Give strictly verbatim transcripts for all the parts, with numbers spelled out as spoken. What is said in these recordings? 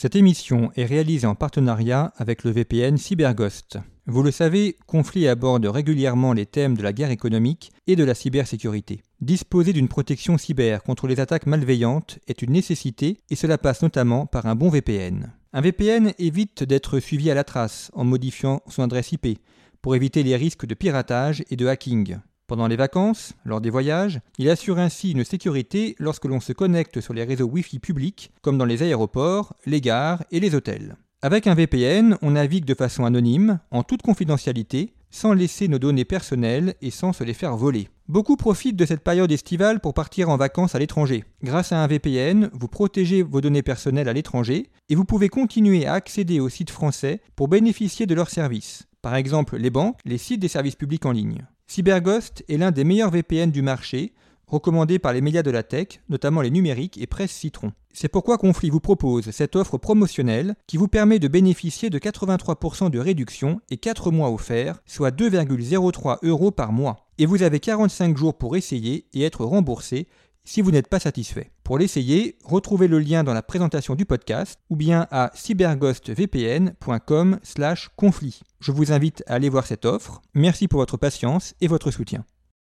Cette émission est réalisée en partenariat avec le V P N CyberGhost. Vous le savez, Conflit aborde régulièrement les thèmes de la guerre économique et de la cybersécurité. Disposer d'une protection cyber contre les attaques malveillantes est une nécessité et cela passe notamment par un bon V P N. Un V P N évite d'être suivi à la trace en modifiant son adresse I P pour éviter les risques de piratage et de hacking. Pendant les vacances, lors des voyages, il assure ainsi une sécurité lorsque l'on se connecte sur les réseaux Wi-Fi publics, comme dans les aéroports, les gares et les hôtels. Avec un V P N, on navigue de façon anonyme, en toute confidentialité, sans laisser nos données personnelles et sans se les faire voler. Beaucoup profitent de cette période estivale pour partir en vacances à l'étranger. Grâce à un V P N, vous protégez vos données personnelles à l'étranger et vous pouvez continuer à accéder aux sites français pour bénéficier de leurs services. Par exemple, les banques, les sites des services publics en ligne. CyberGhost est l'un des meilleurs V P N du marché, recommandé par les médias de la tech, notamment les numériques et Presse Citron. C'est pourquoi Conflit vous propose cette offre promotionnelle qui vous permet de bénéficier de quatre-vingt-trois pour cent de réduction et quatre mois offerts, soit deux virgule zéro trois euros par mois. Et vous avez quarante-cinq jours pour essayer et être remboursé si vous n'êtes pas satisfait. Pour l'essayer, retrouvez le lien dans la présentation du podcast ou bien à cyberghostvpn point com slash conflit. Je vous invite à aller voir cette offre. Merci pour votre patience et votre soutien.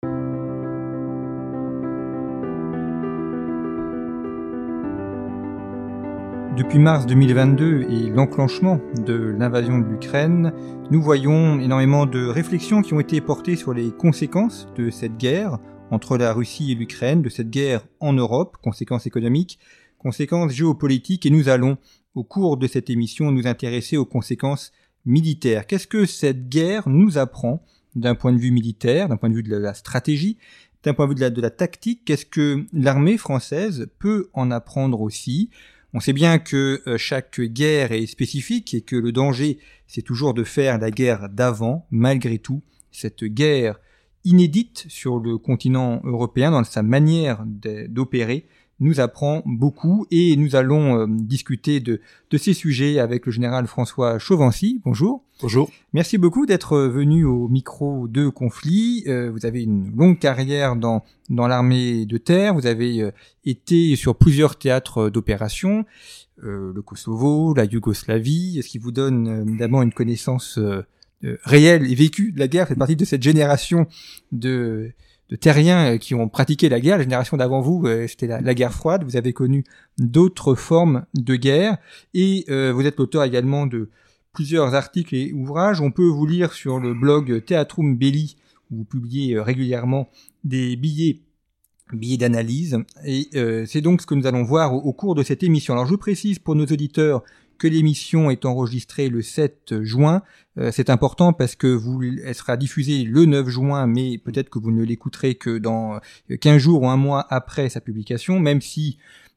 Depuis mars deux mille vingt-deux et l'enclenchement de l'invasion de l'Ukraine, nous voyons énormément de réflexions qui ont été portées sur les conséquences de cette guerre entre la Russie et l'Ukraine, de cette guerre en Europe, conséquences économiques, conséquences géopolitiques, et nous allons, au cours de cette émission, nous intéresser aux conséquences militaires. Qu'est-ce que cette guerre nous apprend d'un point de vue militaire, d'un point de vue de la stratégie, d'un point de vue de la, de la tactique? Qu'est-ce que l'armée française peut en apprendre aussi? On sait bien que chaque guerre est spécifique et que le danger, c'est toujours de faire la guerre d'avant. Malgré tout, cette guerre inédite sur le continent européen dans sa manière d'opérer nous apprend beaucoup et nous allons euh, discuter de, de ces sujets avec le général François Chauvency. Bonjour. Bonjour. Merci beaucoup d'être venu au micro de Conflit. Euh, vous avez une longue carrière dans, dans l'armée de terre. Vous avez euh, été sur plusieurs théâtres d'opération, euh, le Kosovo, la Yougoslavie, ce qui vous donne euh, évidemment une connaissance euh, euh, réelle et vécue de la guerre. Vous faites partie de cette génération de... de terriens qui ont pratiqué la guerre. La génération d'avant vous, euh, c'était la, la guerre froide. Vous avez connu d'autres formes de guerre et euh, vous êtes l'auteur également de plusieurs articles et ouvrages. On peut vous lire sur le blog Theatrum Belli où vous publiez euh, régulièrement des billets billets d'analyse et euh, c'est donc ce que nous allons voir au, au cours de cette émission. Alors je précise pour nos auditeurs que l'émission est enregistrée le sept juin. Euh, c'est important parce que vous, elle sera diffusée le neuf juin, mais peut-être que vous ne l'écouterez que dans quinze jours ou un mois après sa publication, même si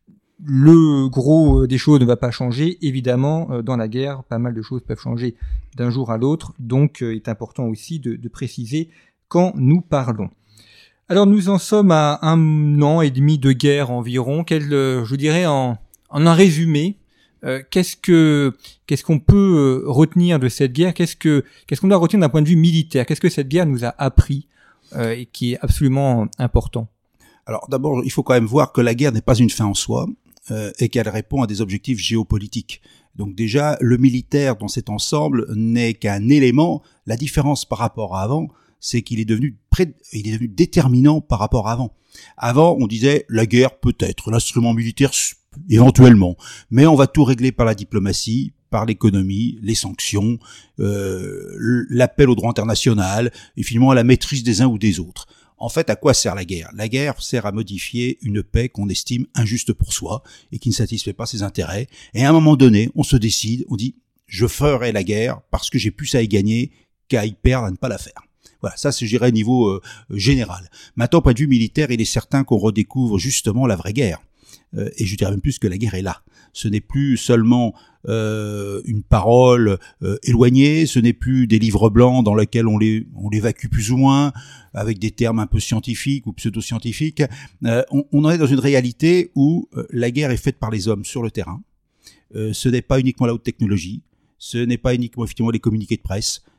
le gros des choses ne va pas changer. Évidemment, dans la guerre, pas mal de choses peuvent changer d'un jour à l'autre, donc il est important aussi de, de préciser quand nous parlons. Alors nous en sommes à un an et demi de guerre environ. Quel, je dirais en, en un résumé, Euh, qu'est-ce que qu'est-ce qu'on peut retenir de cette guerre? Qu'est-ce que qu'est-ce qu'on doit retenir d'un point de vue militaire? Qu'est-ce que cette guerre nous a appris euh, et qui est absolument important? Alors d'abord, il faut quand même voir que la guerre n'est pas une fin en soi euh, et qu'elle répond à des objectifs géopolitiques. Donc déjà, le militaire dans cet ensemble n'est qu'un élément. La différence par rapport à avant, c'est qu'il est devenu pré- il est devenu déterminant par rapport à avant. Avant, on disait la guerre peut-être, l'instrument militaire éventuellement, mais on va tout régler par la diplomatie, par l'économie, les sanctions, euh, l'appel au droit international et finalement à la maîtrise des uns ou des autres. En fait, à quoi sert la guerre? La guerre sert à modifier une paix qu'on estime injuste pour soi et qui ne satisfait pas ses intérêts. Et à un moment donné, on se décide, on dit « je ferai la guerre parce que j'ai plus à y gagner qu'à y perdre, à ne pas la faire ». Voilà, ça c'est, je dirais, niveau euh, général. Maintenant, point de vue militaire, il est certain qu'on redécouvre justement la vraie guerre. Euh, et je dirais même plus que la guerre est là. Ce n'est plus seulement euh, une parole euh, éloignée, ce n'est plus des livres blancs dans lesquels on les on l'évacue plus ou moins, avec des termes un peu scientifiques ou pseudo-scientifiques. Euh, on, on en est dans une réalité où euh, la guerre est faite par les hommes sur le terrain. Euh, ce n'est pas uniquement la haute technologie, ce n'est pas uniquement effectivement les communiqués de presse,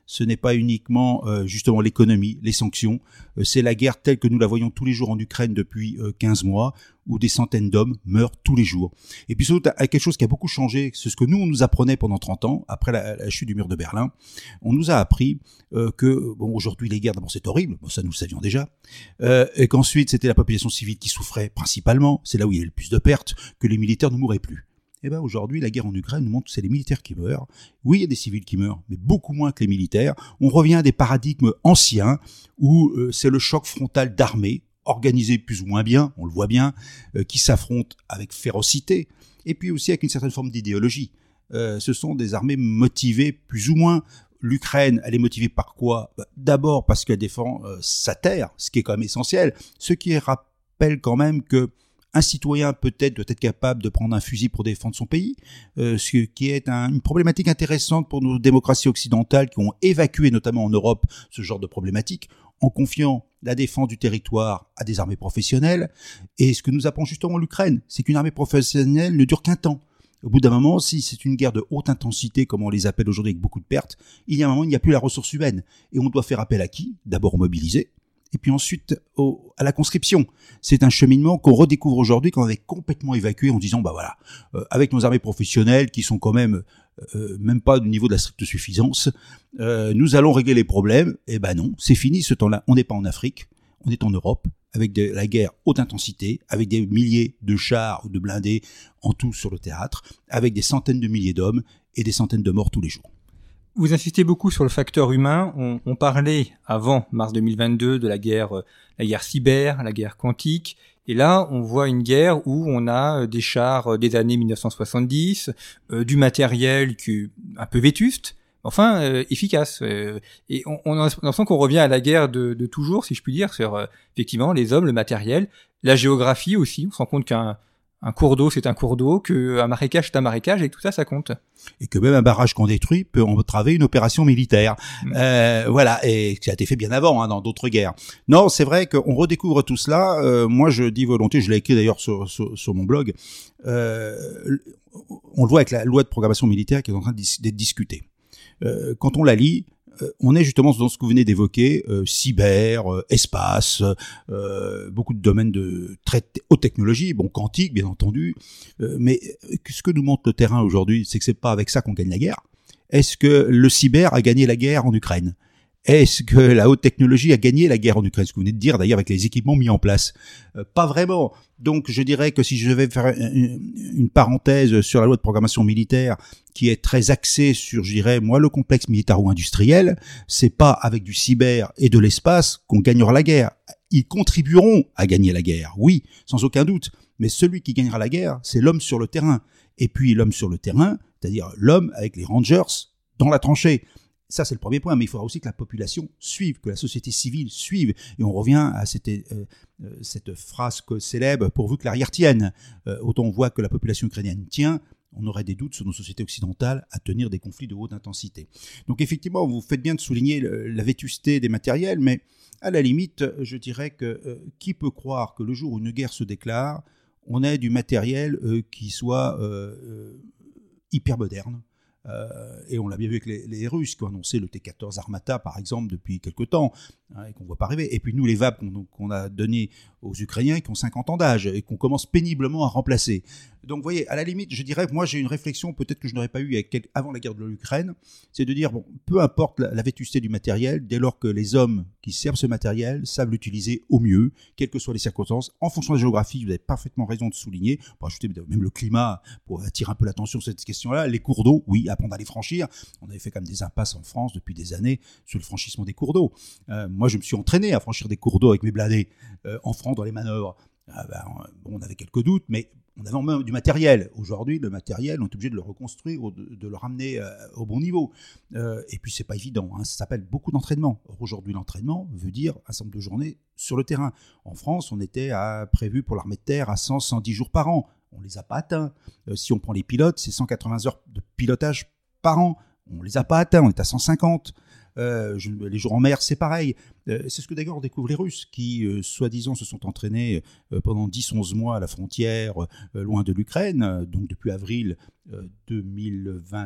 ce n'est pas uniquement euh, justement l'économie, les sanctions, euh, c'est la guerre telle que nous la voyons tous les jours en Ukraine depuis euh, quinze mois, où des centaines d'hommes meurent tous les jours. Et puis surtout, quelque chose qui a beaucoup changé, c'est ce que nous, on nous apprenait pendant trente ans, après la, la chute du mur de Berlin. On nous a appris euh, que, bon, aujourd'hui, les guerres, d'abord, c'est horrible, bon, ça nous le savions déjà, euh, et qu'ensuite, c'était la population civile qui souffrait principalement, c'est là où il y avait le plus de pertes, que les militaires ne mouraient plus. Eh ben aujourd'hui, la guerre en Ukraine nous montre que c'est les militaires qui meurent. Oui, il y a des civils qui meurent, mais beaucoup moins que les militaires. On revient à des paradigmes anciens où euh, c'est le choc frontal d'armées, organisées plus ou moins bien, on le voit bien, euh, qui s'affrontent avec férocité, et puis aussi avec une certaine forme d'idéologie. Euh, ce sont des armées motivées plus ou moins. L'Ukraine, elle est motivée par quoi ? D'abord parce qu'elle défend euh, sa terre, ce qui est quand même essentiel, ce qui rappelle quand même que un citoyen peut-être doit être capable de prendre un fusil pour défendre son pays, euh, ce qui est un, une problématique intéressante pour nos démocraties occidentales qui ont évacué notamment en Europe ce genre de problématique en confiant la défense du territoire à des armées professionnelles. Et ce que nous apprend justement l'Ukraine, c'est qu'une armée professionnelle ne dure qu'un temps. Au bout d'un moment, si c'est une guerre de haute intensité, comme on les appelle aujourd'hui avec beaucoup de pertes, il y a un moment, il n'y a plus la ressource humaine. Et on doit faire appel à qui ? D'abord aux mobilisés, et puis ensuite au, à la conscription. C'est un cheminement qu'on redécouvre aujourd'hui, qu'on avait complètement évacué en disant, bah voilà, euh, avec nos armées professionnelles qui sont quand même euh, même pas du niveau de la stricte suffisance, euh, nous allons régler les problèmes. Eh ben non, c'est fini ce temps-là. On n'est pas en Afrique, on est en Europe, avec de la guerre haute intensité, avec des milliers de chars ou de blindés en tout sur le théâtre, avec des centaines de milliers d'hommes et des centaines de morts tous les jours. Vous insistez beaucoup sur le facteur humain. On, on parlait avant mars deux mille vingt-deux de la guerre, euh, la guerre cyber, la guerre quantique. Et là, on voit une guerre où on a des chars des années mille neuf cent soixante-dix, euh, du matériel qui est un peu vétuste, enfin euh, efficace. Euh, et on, on a l'impression qu'on revient à la guerre de, de toujours, si je puis dire, sur euh, effectivement les hommes, le matériel, la géographie aussi. On se rend compte qu'un un cours d'eau, c'est un cours d'eau, qu'un marécage, c'est un marécage, et que tout ça, ça compte. Et que même un barrage qu'on détruit peut entraver une opération militaire. Mmh. Euh, voilà, et ça a été fait bien avant, hein, dans d'autres guerres. Non, c'est vrai qu'on redécouvre tout cela. Euh, moi, je dis volontiers, je l'ai écrit d'ailleurs sur, sur, sur mon blog, euh, on le voit avec la loi de programmation militaire qui est en train d'être discutée. Euh, quand on la lit, Euh, on est justement dans ce que vous venez d'évoquer, euh, cyber, euh, espace, euh, beaucoup de domaines de très t- haute technologie, bon, quantique bien entendu, euh, mais ce que nous montre le terrain aujourd'hui, c'est que c'est pas avec ça qu'on gagne la guerre. Est-ce que le cyber a gagné la guerre en Ukraine ? Est-ce que la haute technologie a gagné la guerre en Ukraine ? Ce que vous venez de dire d'ailleurs avec les équipements mis en place. Euh, pas vraiment. Donc je dirais que si je devais faire une, une parenthèse sur la loi de programmation militaire qui est très axée sur, je dirais, moi, le complexe militaro-industriel, c'est pas avec du cyber et de l'espace qu'on gagnera la guerre. Ils contribueront à gagner la guerre, oui, sans aucun doute. Mais celui qui gagnera la guerre, c'est l'homme sur le terrain. Et puis l'homme sur le terrain, c'est-à-dire l'homme avec les rangers dans la tranchée. Ça, c'est le premier point, mais il faudra aussi que la population suive, que la société civile suive. Et on revient à cette, euh, cette phrase célèbre, pourvu que l'arrière tienne. Euh, autant on voit que la population ukrainienne tient, on aurait des doutes sur nos sociétés occidentales à tenir des conflits de haute intensité. Donc effectivement, vous faites bien de souligner le, la vétusté des matériels, mais à la limite, je dirais que euh, qui peut croire que le jour où une guerre se déclare, on ait du matériel euh, qui soit euh, euh, hyper moderne. Euh, et on l'a bien vu avec les, les Russes qui ont annoncé le T quatorze Armata par exemple depuis quelque temps, hein, et qu'on ne voit pas arriver. Et puis nous les V A P qu'on, qu'on a donné aux Ukrainiens qui ont cinquante ans d'âge et qu'on commence péniblement à remplacer. Donc vous voyez, à la limite, je dirais que moi j'ai une réflexion peut-être que je n'aurais pas eue avec quel... avant la guerre de l'Ukraine, c'est de dire, bon, peu importe la, la vétusté du matériel, dès lors que les hommes qui servent ce matériel savent l'utiliser au mieux, quelles que soient les circonstances, en fonction de la géographie, vous avez parfaitement raison de souligner, pour ajouter même le climat, pour attirer un peu l'attention sur cette question-là, les cours d'eau, oui, apprendre à les franchir. On avait fait quand même des impasses en France depuis des années sur le franchissement des cours d'eau. Euh, moi, je me suis entraîné à franchir des cours d'eau avec mes blindés euh, en France dans les manœuvres. Ah ben, bon, on avait quelques doutes, mais on avait même du matériel. Aujourd'hui, le matériel, on est obligé de le reconstruire, de, de le ramener euh, au bon niveau. Euh, et puis, c'est pas évident, hein, ça s'appelle beaucoup d'entraînement. Or, aujourd'hui, l'entraînement veut dire un certain nombre de journées sur le terrain. En France, on était à, prévu pour l'armée de terre à cent à cent dix jours par an. On ne les a pas atteints. Euh, si on prend les pilotes, c'est cent quatre-vingts heures de pilotage par an. On ne les a pas atteints, on est à cent cinquante. Euh, je, les jours en mer, c'est pareil. Euh, c'est ce que d'ailleurs découvrent les Russes qui, euh, soi-disant, se sont entraînés euh, pendant dix à onze mois à la frontière, euh, loin de l'Ukraine, euh, donc depuis avril euh, deux mille vingt-deux,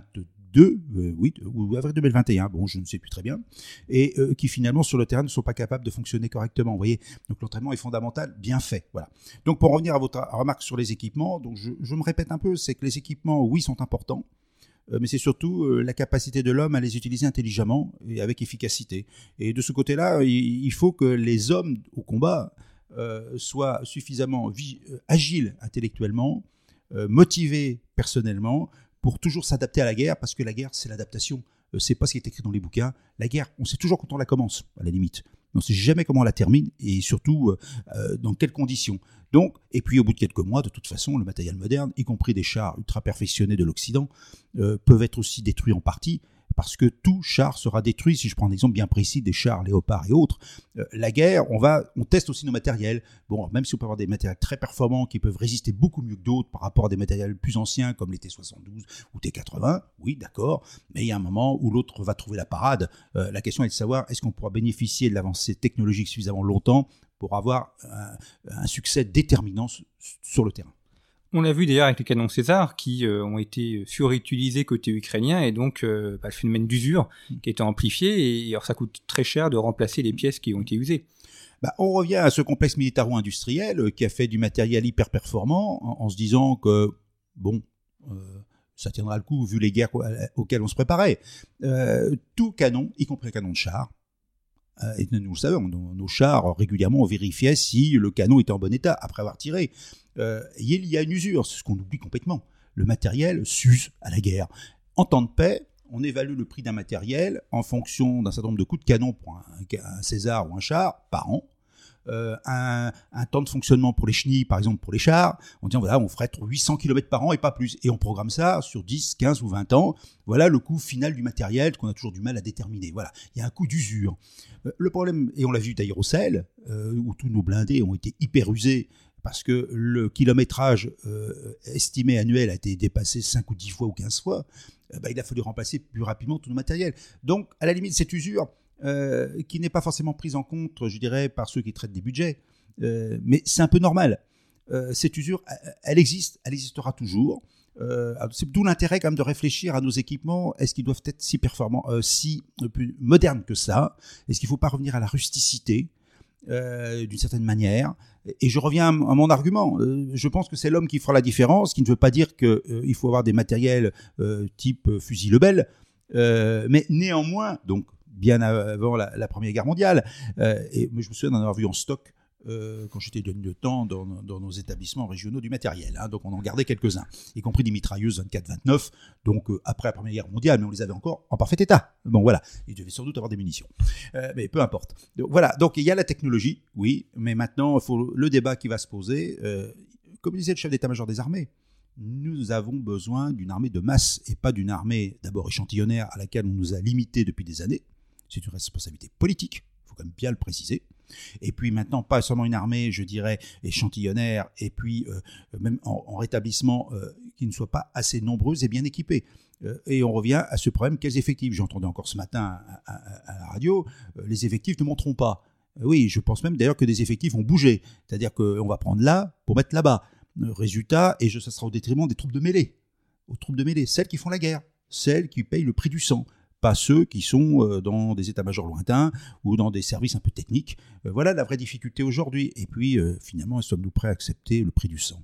deux, euh, oui, ou avril deux mille vingt et un, bon, je ne sais plus très bien, et euh, qui finalement sur le terrain ne sont pas capables de fonctionner correctement. Vous voyez, donc l'entraînement est fondamental, bien fait. Voilà. Donc pour revenir à votre remarque sur les équipements, donc je, je me répète un peu, c'est que les équipements, oui, sont importants. Mais c'est surtout la capacité de l'homme à les utiliser intelligemment et avec efficacité. Et de ce côté-là, il faut que les hommes au combat euh, soient suffisamment vi- agiles intellectuellement, euh, motivés personnellement, pour toujours s'adapter à la guerre, parce que la guerre, c'est l'adaptation. Euh, c'est pas ce qui est écrit dans les bouquins. La guerre, on sait toujours quand on la commence, à la limite. On ne sait jamais comment on la termine et surtout euh, dans quelles conditions. Donc, et puis au bout de quelques mois, de toute façon, le matériel moderne, y compris des chars ultra perfectionnés de l'Occident, euh, peuvent être aussi détruits en partie, parce que tout char sera détruit. Si je prends un exemple bien précis des chars Léopard et autres, euh, la guerre, on va, on teste aussi nos matériels. Bon, même si on peut avoir des matériels très performants qui peuvent résister beaucoup mieux que d'autres par rapport à des matériels plus anciens comme les T soixante-douze ou T quatre-vingts, oui, d'accord, mais il y a un moment où l'autre va trouver la parade. Euh, la question est de savoir, est-ce qu'on pourra bénéficier de l'avancée technologique suffisamment longtemps pour avoir un, un succès déterminant sur le terrain. On l'a vu d'ailleurs avec les canons César qui euh, ont été surutilisés côté ukrainien et donc euh, bah, le phénomène d'usure qui a été amplifié et alors ça coûte très cher de remplacer les pièces qui ont été usées. Bah, on revient à ce complexe militaro-industriel euh, qui a fait du matériel hyper performant en, en se disant que bon, euh, ça tiendra le coup vu les guerres auxquelles on se préparait. Euh, tout canon, y compris un canon de char, euh, et nous le savons, nos, nos chars régulièrement on vérifiait si le canon était en bon état après avoir tiré. Euh, il y a une usure, c'est ce qu'on oublie complètement. Le matériel s'use à la guerre. En temps de paix, on évalue le prix d'un matériel en fonction d'un certain nombre de coups de canon pour un, un César ou un char par an. Euh, un, un temps de fonctionnement pour les chenilles, par exemple pour les chars, on dit voilà, on ferait huit cents kilomètres par an et pas plus. Et on programme ça sur dix, quinze ou vingt ans. Voilà le coût final du matériel qu'on a toujours du mal à déterminer. Voilà, il y a un coût d'usure. Euh, le problème, et on l'a vu d'ailleurs au Sahel, euh, où tous nos blindés ont été hyper usés, parce que le kilométrage euh, estimé annuel a été dépassé cinq ou dix fois ou quinze fois, euh, bah, il a fallu remplacer plus rapidement tout le matériel. Donc, à la limite, cette usure, euh, qui n'est pas forcément prise en compte, je dirais, par ceux qui traitent des budgets, euh, mais c'est un peu normal. Euh, cette usure, elle existe, elle existera toujours. Euh, c'est d'où l'intérêt quand même de réfléchir à nos équipements. Est-ce qu'ils doivent être si performants, euh, si euh, plus modernes que ça? Est-ce qu'il ne faut pas revenir à la rusticité Euh, d'une certaine manière? Et je reviens à mon argument. Euh, je pense que c'est l'homme qui fera la différence, qui ne veut pas dire qu'il euh, faut avoir des matériels euh, type fusil Lebel, euh, mais néanmoins, donc bien avant la, la Première Guerre mondiale, euh, et je me souviens d'en avoir vu en stock euh, quand j'étais jeune de temps dans, dans nos établissements régionaux du matériel. Hein, donc on en gardait quelques-uns, y compris des mitrailleuses vingt-quatre vingt-neuf, donc euh, après la Première Guerre mondiale, mais on les avait encore en parfait état. Bon voilà, ils devaient sans doute avoir des munitions. Euh, mais peu importe. Donc, voilà, donc il y a la technologie, oui, mais maintenant il faut le débat qui va se poser. Euh, comme disait le chef d'état-major des armées, nous avons besoin d'une armée de masse et pas d'une armée d'abord échantillonnaire à laquelle on nous a limités depuis des années. C'est une responsabilité politique, il faut quand même bien le préciser. Et puis maintenant, pas seulement une armée, je dirais, échantillonnaire, et puis euh, même en, en rétablissement, euh, qui ne soit pas assez nombreuse et bien équipée. Euh, et on revient à ce problème, quels effectifs? J'entendais encore ce matin à, à, à la radio, euh, les effectifs ne monteront pas. Euh, oui, je pense même d'ailleurs que des effectifs ont bougé. C'est-à-dire qu'on va prendre là pour mettre là-bas. Euh, résultat, et je, ça sera au détriment des troupes de mêlée. Aux troupes de mêlée, celles qui font la guerre, celles qui payent le prix du sang. Pas ceux qui sont dans des états-majors lointains ou dans des services un peu techniques. Voilà la vraie difficulté aujourd'hui. Et puis, euh, finalement, sommes-nous prêts à accepter le prix du sang?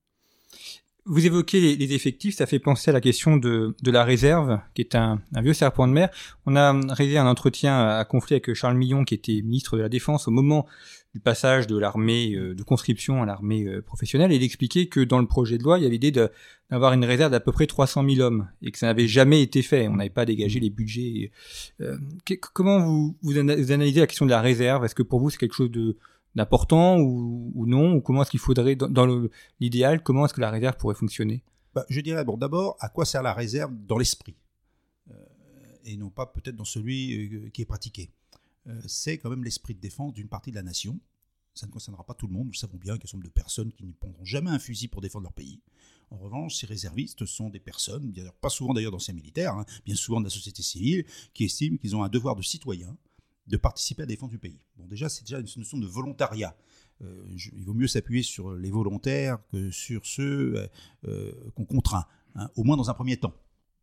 Vous évoquez les, les effectifs, ça fait penser à la question de, de la réserve, qui est un, un vieux serpent de mer. On a réalisé un entretien à conflit avec Charles Millon, qui était ministre de la Défense, au moment du passage de l'armée euh, de conscription à l'armée euh, professionnelle, et il expliquait que dans le projet de loi, il y avait l'idée de, d'avoir une réserve d'à peu près trois cent mille hommes, et que ça n'avait jamais été fait. On n'avait pas dégagé les budgets. Euh, que, comment vous, vous analysez la question de la réserve? Est-ce que pour vous, c'est quelque chose de d'important ou, ou non? Ou comment est-ce qu'il faudrait, dans, dans le, l'idéal, comment est-ce que la réserve pourrait fonctionner? Bah, je dirais, bon, d'abord, à quoi sert la réserve dans l'esprit euh, et non pas peut-être dans celui euh, qui est pratiqué. Euh, c'est quand même l'esprit de défense d'une partie de la nation. Ça ne concernera pas tout le monde. Nous savons bien qu'il y a un nombre de personnes qui ne prendront jamais un fusil pour défendre leur pays. En revanche, ces réservistes sont des personnes, pas souvent d'ailleurs d'anciens militaires, hein, bien souvent de la société civile, qui estiment qu'ils ont un devoir de citoyen de participer à la défense du pays. Bon, déjà, c'est déjà une notion de volontariat. Euh, je, il vaut mieux s'appuyer sur les volontaires que sur ceux euh, euh, qu'on contraint, hein, au moins dans un premier temps.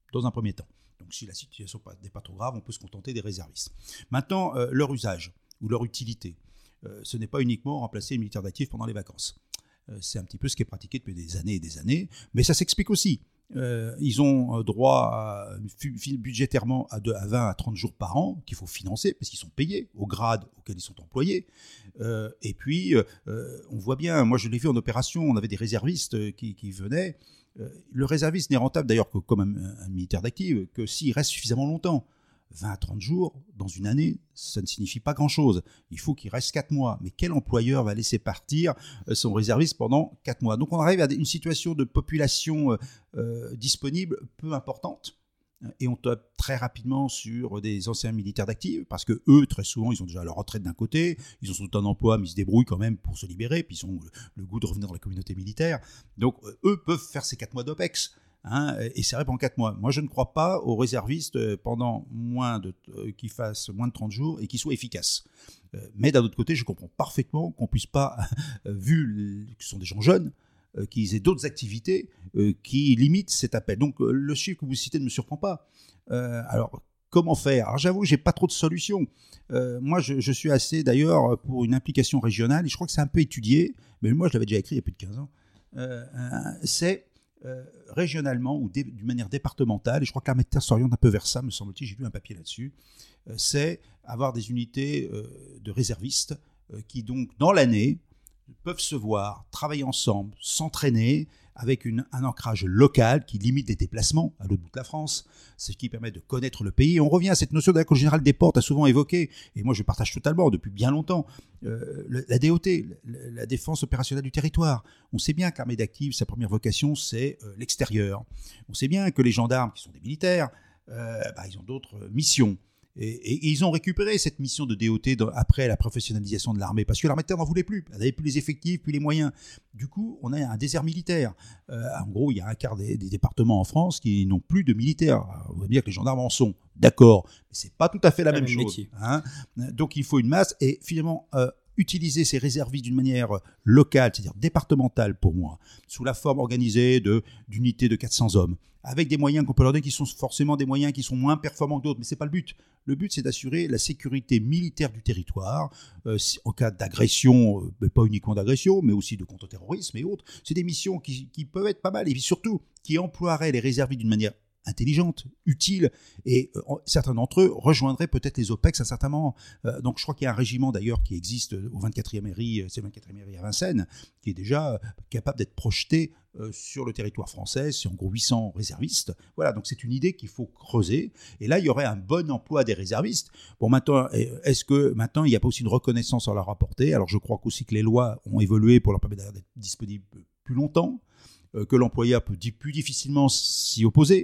dans un premier temps. Donc si la situation n'est pas trop grave, on peut se contenter des réservistes. Maintenant, euh, leur usage ou leur utilité, euh, ce n'est pas uniquement remplacer les militaires d'actifs pendant les vacances. Euh, c'est un petit peu ce qui est pratiqué depuis des années et des années, mais ça s'explique aussi. Euh, ils ont droit à, budgétairement à, de, à vingt à trente jours par an qu'il faut financer parce qu'ils sont payés au grade auquel ils sont employés. Euh, et puis, euh, on voit bien, moi je l'ai vu en opération, on avait des réservistes qui, qui venaient. Euh, le réserviste n'est rentable d'ailleurs que comme un, un militaire d'actif que s'il reste suffisamment longtemps. vingt à trente jours dans une année, ça ne signifie pas grand-chose. Il faut qu'il reste quatre mois. Mais quel employeur va laisser partir son réserviste pendant quatre mois? Donc on arrive à une situation de population euh, disponible peu importante. Et on tape très rapidement sur des anciens militaires d'actifs, parce que eux, très souvent, ils ont déjà leur retraite d'un côté, ils ont tout un emploi, mais ils se débrouillent quand même pour se libérer, puis ils ont le, le goût de revenir dans la communauté militaire. Donc eux peuvent faire ces quatre mois d'OPEX. Hein, et c'est vrai pendant quatre mois. Moi, je ne crois pas aux réservistes pendant moins de, euh, qui fassent moins de trente jours et qui soient efficaces. Euh, mais d'un autre côté, je comprends parfaitement qu'on ne puisse pas, euh, vu que ce sont des gens jeunes, euh, qu'ils aient d'autres activités euh, qui limitent cet appel. Donc, euh, le chiffre que vous citez ne me surprend pas. Euh, alors, comment faire? Alors, j'avoue, j'ai pas trop de solutions. Euh, moi, je, je suis assez, d'ailleurs, pour une implication régionale, et je crois que c'est un peu étudié, mais moi, je l'avais déjà écrit il y a plus de quinze ans. Euh, c'est Euh, régionalement ou dé, d'une manière départementale, et je crois que l'armée de terre s'oriente un peu vers ça, me semble-t-il, j'ai lu un papier là-dessus, euh, c'est avoir des unités euh, de réservistes euh, qui donc dans l'année peuvent se voir, travailler ensemble, s'entraîner avec une, un ancrage local qui limite les déplacements à l'autre bout de la France, ce qui permet de connaître le pays. Et on revient à cette notion que le général Desportes a souvent évoquée, et moi je partage totalement depuis bien longtemps, euh, la D O T, la, la défense opérationnelle du territoire. On sait bien que l'armée d'actifs, sa première vocation, c'est euh, l'extérieur. On sait bien que les gendarmes, qui sont des militaires, euh, bah, ils ont d'autres missions. Et, et, et ils ont récupéré cette mission de D O T dans, après la professionnalisation de l'armée, parce que l'armée de terre n'en voulait plus. Elle n'avait plus les effectifs, plus les moyens. Du coup, on a un désert militaire. Euh, en gros, il y a un quart des, des départements en France qui n'ont plus de militaires. Alors, on va dire que les gendarmes en sont. D'accord, mais c'est pas tout à fait la, la même, même chose. Hein. Donc, il faut une masse. Et finalement, euh, utiliser ces réservistes d'une manière locale, c'est-à-dire départementale pour moi, sous la forme organisée de, d'unités de quatre cents hommes, avec des moyens qu'on peut leur donner qui sont forcément des moyens qui sont moins performants que d'autres, mais ce n'est pas le but. Le but, c'est d'assurer la sécurité militaire du territoire, euh, en cas d'agression, euh, pas uniquement d'agression, mais aussi de contre-terrorisme et autres. C'est des missions qui, qui peuvent être pas mal, et surtout qui emploieraient les réservistes d'une manière intelligente, utile, et euh, certains d'entre eux rejoindraient peut-être les OPEX à un certain moment. Euh, donc je crois qu'il y a un régiment d'ailleurs qui existe au vingt-quatrième R I, c'est le vingt-quatrième R I à Vincennes, qui est déjà euh, capable d'être projeté euh, sur le territoire français, c'est en gros huit cents réservistes. Voilà, donc c'est une idée qu'il faut creuser, et là il y aurait un bon emploi des réservistes. Bon, maintenant, est-ce que maintenant il n'y a pas aussi une reconnaissance à leur apporter? Alors je crois qu'aussi que les lois ont évolué pour leur permettre d'être disponibles plus longtemps, euh, que l'employeur peut plus difficilement s'y opposer.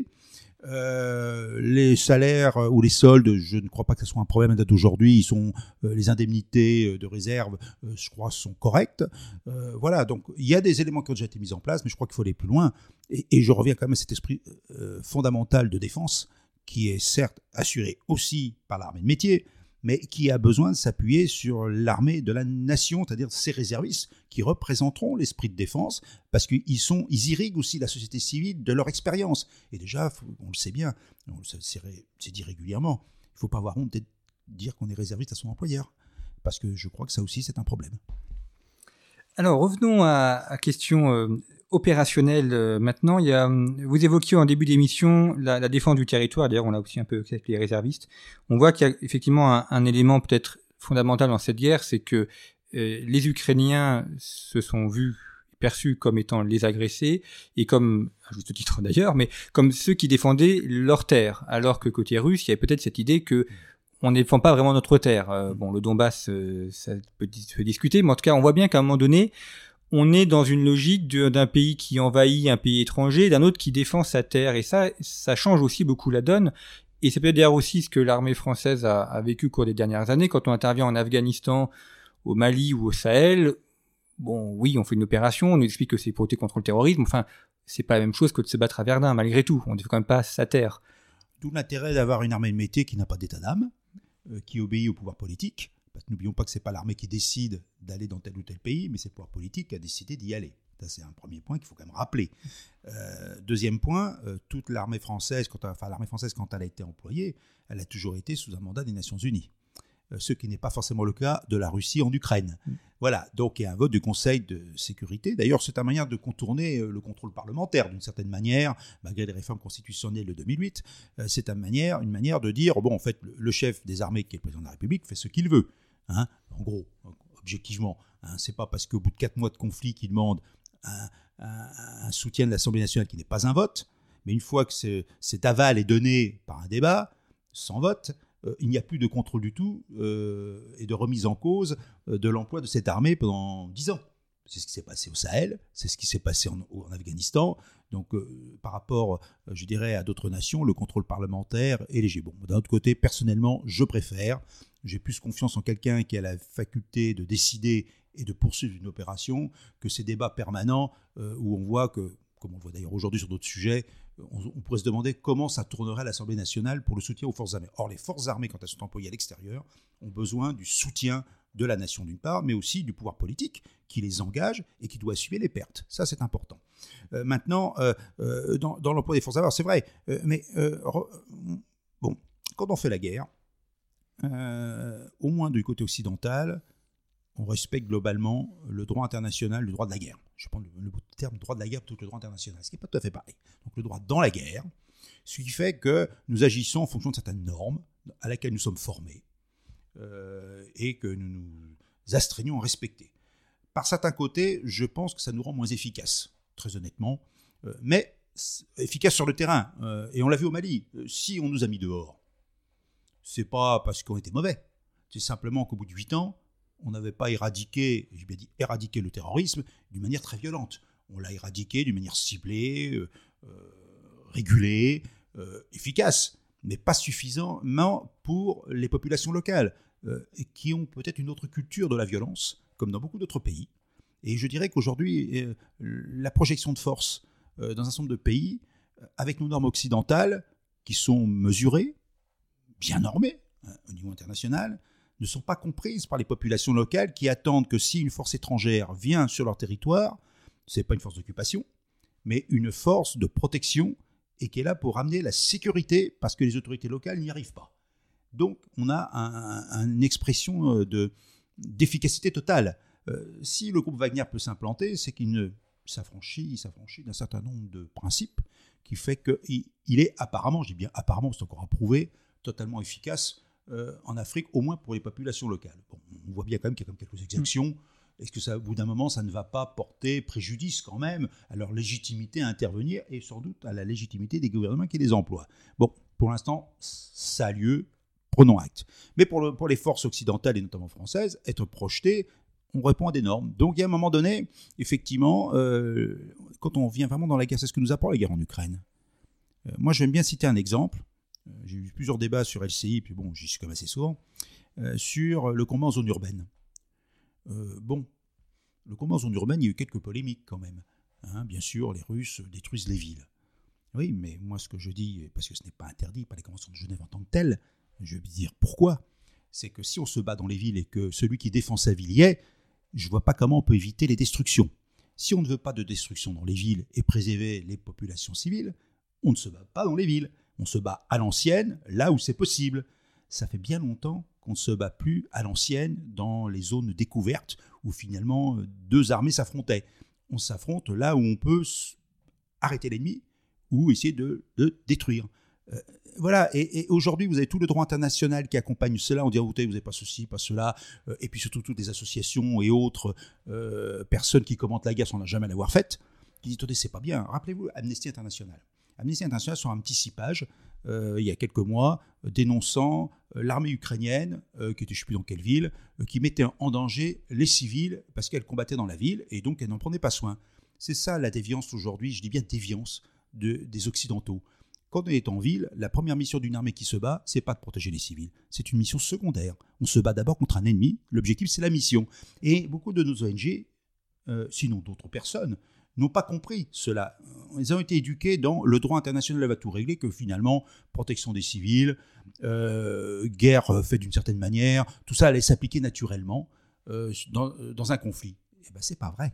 Euh, les salaires ou les soldes, je ne crois pas que ce soit un problème à date d'aujourd'hui. Ils sont, euh, les indemnités de réserve, euh, je crois, sont correctes. Euh, voilà, donc il y a des éléments qui ont déjà été mis en place, mais je crois qu'il faut aller plus loin. Et, et je reviens quand même à cet esprit euh, fondamental de défense, qui est certes assuré aussi par l'armée de métier, mais qui a besoin de s'appuyer sur l'armée de la nation, c'est-à-dire ces réservistes qui représenteront l'esprit de défense, parce qu'ils sont, ils irriguent aussi la société civile de leur expérience. Et déjà, on le sait bien, c'est dit régulièrement, il ne faut pas avoir honte de dire qu'on est réserviste à son employeur, parce que je crois que ça aussi, c'est un problème. Alors, revenons à la question euh, opérationnelle euh, maintenant. Il y a, vous évoquiez en début d'émission la, la défense du territoire, d'ailleurs on l'a aussi un peu avec les réservistes. On voit qu'il y a effectivement un, un élément peut-être fondamental dans cette guerre, c'est que euh, les Ukrainiens se sont vus, perçus comme étant les agressés, et comme, à juste titre d'ailleurs, mais comme ceux qui défendaient leur terre, alors que côté russe, il y avait peut-être cette idée que on ne défend pas vraiment notre terre. Euh, bon, le Donbass, euh, ça peut se discuter, mais en tout cas, on voit bien qu'à un moment donné, on est dans une logique de, d'un pays qui envahit un pays étranger, d'un autre qui défend sa terre. Et ça, ça change aussi beaucoup la donne. Et c'est peut-être d'ailleurs aussi ce que l'armée française a, a vécu au cours des dernières années. Quand on intervient en Afghanistan, au Mali ou au Sahel, bon, oui, on fait une opération, on nous explique que c'est pour lutter contre le terrorisme. Enfin, c'est pas la même chose que de se battre à Verdun, malgré tout. On ne défend quand même pas sa terre. D'où l'intérêt d'avoir une armée de métier qui n'a pas d'état d'âme, euh, qui obéit au pouvoir politique. Parce que n'oublions pas que ce n'est pas l'armée qui décide d'aller dans tel ou tel pays, mais c'est le pouvoir politique qui a décidé d'y aller. Ça, c'est un premier point qu'il faut quand même rappeler. Euh, deuxième point, euh, toute l'armée française, quand, enfin l'armée française, quand elle a été employée, elle a toujours été sous un mandat des Nations Unies. Euh, ce qui n'est pas forcément le cas de la Russie en Ukraine. Mmh. Voilà, donc il y a un vote du Conseil de sécurité. D'ailleurs, c'est une manière de contourner le contrôle parlementaire, d'une certaine manière, malgré les réformes constitutionnelles de deux mille huit. Euh, c'est une manière, une manière de dire, bon, en fait, le, le chef des armées, qui est le président de la République, fait ce qu'il veut. Hein, en gros, objectivement, hein, c'est pas parce qu'au bout de quatre mois de conflit qu'il demande un, un, un soutien de l'Assemblée nationale qui n'est pas un vote, mais une fois que ce, cet aval est donné par un débat, sans vote, euh, il n'y a plus de contrôle du tout euh, et de remise en cause euh, de l'emploi de cette armée pendant dix ans. C'est ce qui s'est passé au Sahel, c'est ce qui s'est passé en, en Afghanistan. Donc, euh, par rapport, euh, je dirais, à d'autres nations, le contrôle parlementaire est léger. Bon, d'un autre côté, personnellement, je préfère. J'ai plus confiance en quelqu'un qui a la faculté de décider et de poursuivre une opération que ces débats permanents euh, où on voit que, comme on le voit d'ailleurs aujourd'hui sur d'autres sujets, on, on pourrait se demander comment ça tournerait à l'Assemblée nationale pour le soutien aux forces armées. Or, les forces armées, quand elles sont employées à l'extérieur, ont besoin du soutien de la nation d'une part, mais aussi du pouvoir politique qui les engage et qui doit assumer les pertes. Ça, c'est important. Euh, maintenant, euh, euh, dans, dans l'emploi des forces armées, c'est vrai, euh, mais euh, re, bon, quand on fait la guerre, euh, au moins du côté occidental, on respecte globalement le droit international, le droit de la guerre. Je prends le, le terme droit de la guerre plutôt que le droit international, ce qui n'est pas tout à fait pareil. Donc le droit dans la guerre, ce qui fait que nous agissons en fonction de certaines normes à laquelle nous sommes formés euh, et que nous nous astreignons à respecter. Par certains côtés, je pense que ça nous rend moins efficaces, très honnêtement, euh, mais efficaces sur le terrain. Euh, et on l'a vu au Mali, euh, si on nous a mis dehors, c'est pas parce qu'on était mauvais, c'est simplement qu'au bout de huit ans, on n'avait pas éradiqué, j'ai bien dit éradiqué le terrorisme d'une manière très violente. On l'a éradiqué d'une manière ciblée, euh, euh, régulée, euh, efficace, mais pas suffisamment pour les populations locales, euh, qui ont peut-être une autre culture de la violence, comme dans beaucoup d'autres pays. Et je dirais qu'aujourd'hui, euh, la projection de force euh, dans un certain nombre de pays, avec nos normes occidentales, qui sont mesurées, bien normées, hein, au niveau international, ne sont pas comprises par les populations locales qui attendent que si une force étrangère vient sur leur territoire, ce n'est pas une force d'occupation, mais une force de protection et qui est là pour amener la sécurité parce que les autorités locales n'y arrivent pas. Donc, on a un, un, une expression de, d'efficacité totale. Euh, si le groupe Wagner peut s'implanter, c'est qu'il ne s'affranchit, il s'affranchit d'un certain nombre de principes qui fait qu'il il est apparemment, je dis bien apparemment, c'est encore à prouver, totalement efficace Euh, en Afrique, au moins pour les populations locales. Bon, on voit bien quand même qu'il y a quand même quelques exactions. Est-ce que ça, au bout d'un moment, ça ne va pas porter préjudice quand même à leur légitimité à intervenir et sans doute à la légitimité des gouvernements qui les emploient? Bon, pour l'instant, ça a lieu, prenons acte. Mais pour, le, pour les forces occidentales et notamment françaises, être projetées, on répond à des normes. Donc, il y a un moment donné, effectivement, euh, quand on vient vraiment dans la guerre, c'est ce que nous apprend la guerre en Ukraine. Euh, moi, j'aime bien citer un exemple. J'ai eu plusieurs débats sur L C I, puis bon, j'y suis quand même assez souvent, euh, sur le combat en zone urbaine. Euh, bon, le combat en zone urbaine, il y a eu quelques polémiques quand même. Hein, bien sûr, les Russes détruisent les villes. Oui, mais moi, ce que je dis, parce que ce n'est pas interdit par les conventions de Genève en tant que telles, je vais dire pourquoi. C'est que si on se bat dans les villes et que celui qui défend sa ville y est, je ne vois pas comment on peut éviter les destructions. Si on ne veut pas de destruction dans les villes et préserver les populations civiles, on ne se bat pas dans les villes. On se bat à l'ancienne, là où c'est possible. Ça fait bien longtemps qu'on ne se bat plus à l'ancienne dans les zones découvertes où finalement deux armées s'affrontaient. On s'affronte là où on peut arrêter l'ennemi ou essayer de le détruire. Euh, voilà, et, et aujourd'hui vous avez tout le droit international qui accompagne cela. On dit, oh, vous n'avez pas ceci, pas cela, euh, et puis surtout toutes les associations et autres euh, personnes qui commentent la guerre sans jamais l'avoir faite, qui disent, attendez, c'est pas bien. Rappelez-vous Amnesty International. Amnesty International sur un petit six pages, euh, il y a quelques mois, euh, dénonçant euh, l'armée ukrainienne, euh, qui était je ne sais plus dans quelle ville, euh, qui mettait en danger les civils parce qu'elle combattait dans la ville et donc elle n'en prenait pas soin. C'est ça la déviance aujourd'hui, je dis bien déviance de, des Occidentaux. Quand on est en ville, la première mission d'une armée qui se bat, c'est pas de protéger les civils, c'est une mission secondaire. On se bat d'abord contre un ennemi, l'objectif c'est la mission. Et beaucoup de nos O N G, euh, sinon d'autres personnes, n'ont pas compris cela. Ils ont été éduqués dans le droit international va tout régler, que finalement, protection des civils, euh, guerre faite d'une certaine manière, tout ça allait s'appliquer naturellement euh, dans, dans un conflit. Eh bien, c'est pas vrai.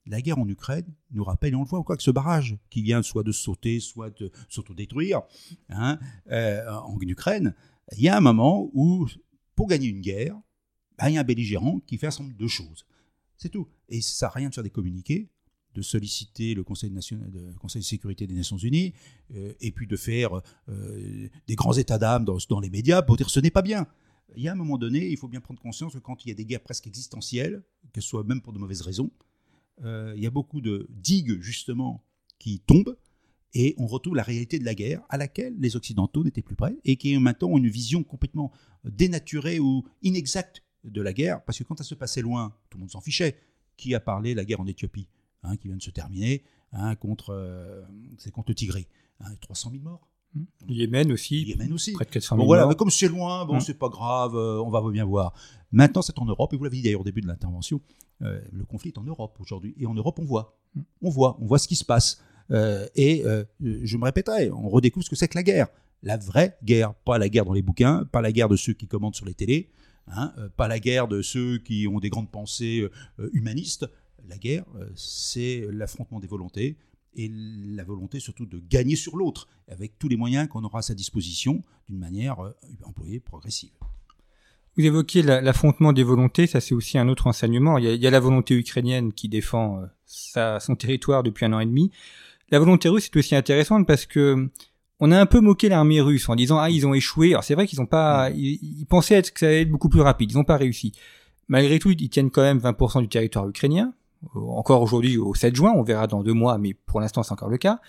La guerre en Ukraine nous rappelle, et on le voit, quoi, que ce barrage qui vient soit de sauter, soit de s'autodétruire hein, euh, en Ukraine, il y a un moment où, pour gagner une guerre, ben, il y a un belligérant qui fait un certain nombre de choses. C'est tout. Et ça n'a rien de faire des communiqués, de solliciter le Conseil, national, le Conseil de sécurité des Nations Unies, euh, et puis de faire euh, des grands états d'âme dans, dans les médias pour dire ce n'est pas bien. Il y a un moment donné, il faut bien prendre conscience que quand il y a des guerres presque existentielles, que ce soit même pour de mauvaises raisons, euh, il y a beaucoup de digues, justement, qui tombent, et on retrouve la réalité de la guerre à laquelle les Occidentaux n'étaient plus prêts, et qui maintenant ont une vision complètement dénaturée ou inexacte de la guerre, parce que quand elle se passait loin, tout le monde s'en fichait. Qui a parlé de la guerre en Éthiopie, hein, qui vient de se terminer, hein, contre, euh, c'est contre le Tigré, hein, trois cent mille morts. Mmh. Yémen aussi, Yémen aussi. Près de quatre cent mille bon, voilà, morts. comme c'est loin, bon, mmh. c'est pas grave, euh, on va bien voir. Maintenant, c'est en Europe, et vous l'avez dit d'ailleurs au début de l'intervention, euh, le conflit est en Europe aujourd'hui. Et en Europe, on voit. Mmh. On voit, on voit ce qui se passe. Euh, et euh, je me répéterai, on redécouvre ce que c'est que la guerre. La vraie guerre, pas la guerre dans les bouquins, pas la guerre de ceux qui commandent sur les télés, hein, euh, pas la guerre de ceux qui ont des grandes pensées euh, humanistes. La guerre, euh, c'est l'affrontement des volontés, et la volonté surtout de gagner sur l'autre, avec tous les moyens qu'on aura à sa disposition, d'une manière euh, employée progressive. Vous évoquiez la, l'affrontement des volontés, ça c'est aussi un autre enseignement. Il y a, il y a la volonté ukrainienne qui défend euh, sa, son territoire depuis un an et demi. La volonté russe est aussi intéressante parce que on a un peu moqué l'armée russe en disant « Ah, ils ont échoué ». Alors c'est vrai qu'ils ont pas, mmh. ils, ils pensaient être, que ça allait être beaucoup plus rapide, ils n'ont pas réussi. Malgré tout, ils tiennent quand même vingt pour cent du territoire ukrainien. Encore aujourd'hui au sept juin, on verra dans deux mois, mais pour l'instant c'est encore le cas.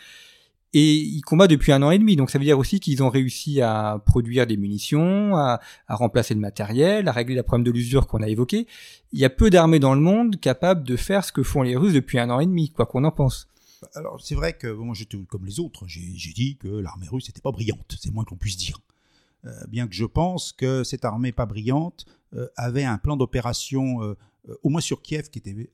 Et ils combattent depuis un an et demi, donc ça veut dire aussi qu'ils ont réussi à produire des munitions, à, à remplacer le matériel, à régler le problème de l'usure qu'on a évoqué. Il y a peu d'armées dans le monde capables de faire ce que font les Russes depuis un an et demi, quoi qu'on en pense. Alors c'est vrai que moi j'étais comme les autres, j'ai, j'ai dit que l'armée russe n'était pas brillante, c'est le moins que l'on puisse dire. Euh, bien que je pense que cette armée pas brillante euh, avait un plan d'opération, euh, euh, au moins sur Kiev, qui était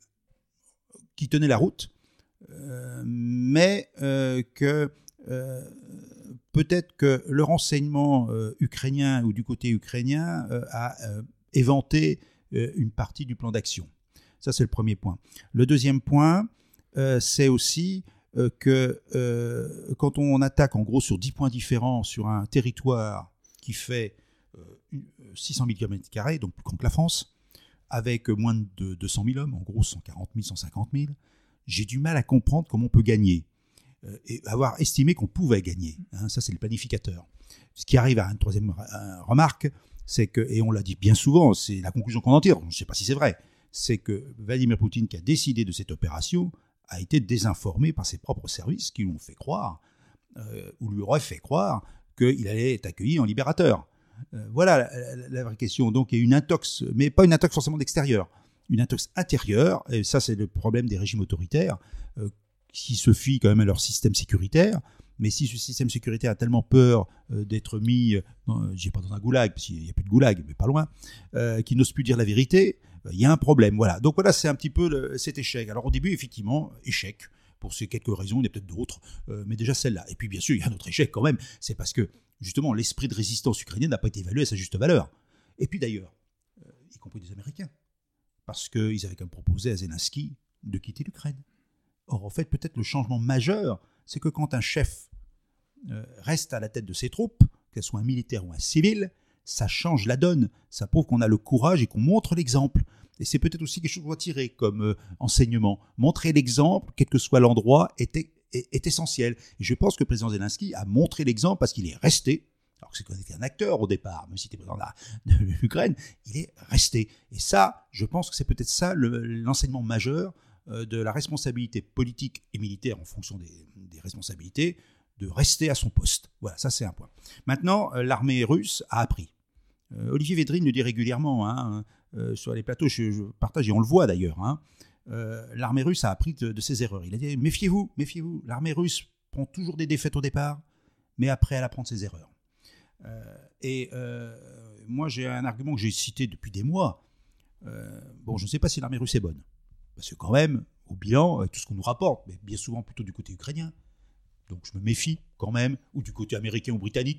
qui tenait la route, euh, mais euh, que euh, peut-être que le renseignement euh, ukrainien ou du côté ukrainien euh, a euh, éventé euh, une partie du plan d'action. Ça, c'est le premier point. Le deuxième point, euh, c'est aussi euh, que euh, quand on attaque en gros sur dix points différents sur un territoire qui fait euh, six cent mille kilomètres carrés, donc plus grand que la France, avec moins de deux cent mille hommes, en gros cent quarante mille, cent cinquante mille, j'ai du mal à comprendre comment on peut gagner euh, et avoir estimé qu'on pouvait gagner. Hein, ça, c'est le planificateur. Ce qui arrive à une troisième euh, remarque, c'est que, et on l'a dit bien souvent, c'est la conclusion qu'on en tire, je ne sais pas si c'est vrai, c'est que Vladimir Poutine, qui a décidé de cette opération, a été désinformé par ses propres services qui lui ont fait croire, euh, ou lui auraient fait croire, qu'il allait être accueilli en libérateur. Euh, voilà la, la, la vraie question. Donc il y a une intox, mais pas une intox forcément d'extérieur, une intox intérieure, et ça c'est le problème des régimes autoritaires, euh, qui se fient quand même à leur système sécuritaire, mais si ce système sécuritaire a tellement peur euh, d'être mis, dans, je dis pas dans un goulag, parce qu'il n'y a plus de goulag, mais pas loin, euh, qu'il n'ose plus dire la vérité, il euh, y a un problème. Voilà. Donc voilà, c'est un petit peu le, cet échec. Alors au début, effectivement, échec, pour ces quelques raisons, il y a peut-être d'autres, euh, mais déjà celle-là. Et puis bien sûr, il y a un autre échec quand même, c'est parce que justement, l'esprit de résistance ukrainienne n'a pas été évalué à sa juste valeur. Et puis d'ailleurs, euh, y compris des Américains, parce qu'ils avaient quand même proposé à Zelensky de quitter l'Ukraine. Or, en fait, peut-être le changement majeur, c'est que quand un chef euh, reste à la tête de ses troupes, qu'elles soient un militaire ou un civil, ça change la donne. Ça prouve qu'on a le courage et qu'on montre l'exemple. Et c'est peut-être aussi quelque chose qu'on doit tirer comme euh, enseignement. Montrer l'exemple, quel que soit l'endroit, était est, est essentiel. Et je pense que le président Zelensky a montré l'exemple parce qu'il est resté, alors que c'est un acteur au départ, même s'il était président de l'Ukraine, il est resté. Et ça, je pense que c'est peut-être ça le, l'enseignement majeur euh, de la responsabilité politique et militaire en fonction des, des responsabilités, de rester à son poste. Voilà, ça c'est un point. Maintenant, euh, l'armée russe a appris. Euh, Olivier Védrine le dit régulièrement hein, euh, sur les plateaux, je, je partage et on le voit d'ailleurs, hein. Euh, l'armée russe a appris de, de ses erreurs. Il a dit, méfiez-vous, méfiez-vous, l'armée russe prend toujours des défaites au départ, mais après elle apprend de ses erreurs. Euh, et euh, moi j'ai un argument que j'ai cité depuis des mois. Euh, bon, je ne sais pas si l'armée russe est bonne, parce que quand même, au bilan, tout ce qu'on nous rapporte, mais bien souvent plutôt du côté ukrainien, donc je me méfie quand même, ou du côté américain ou britannique,